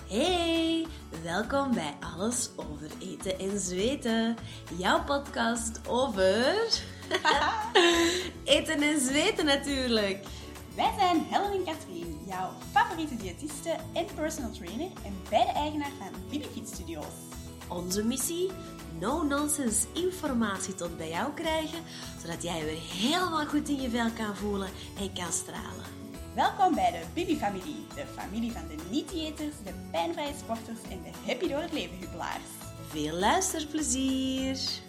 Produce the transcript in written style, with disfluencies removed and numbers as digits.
Hey, welkom bij Alles over eten en zweten. Jouw podcast over eten en zweten natuurlijk. Wij zijn Helen en Katrien, jouw favoriete diëtiste en personal trainer en beide eigenaar van Bibi Fit Studios. Onze missie? No-nonsense informatie tot bij jou krijgen, zodat jij weer helemaal goed in je vel kan voelen en kan stralen. Welkom bij de Bibi-familie, de familie van de niet-diëters, de pijnvrije sporters en de happy door het leven huppelaars. Veel luisterplezier!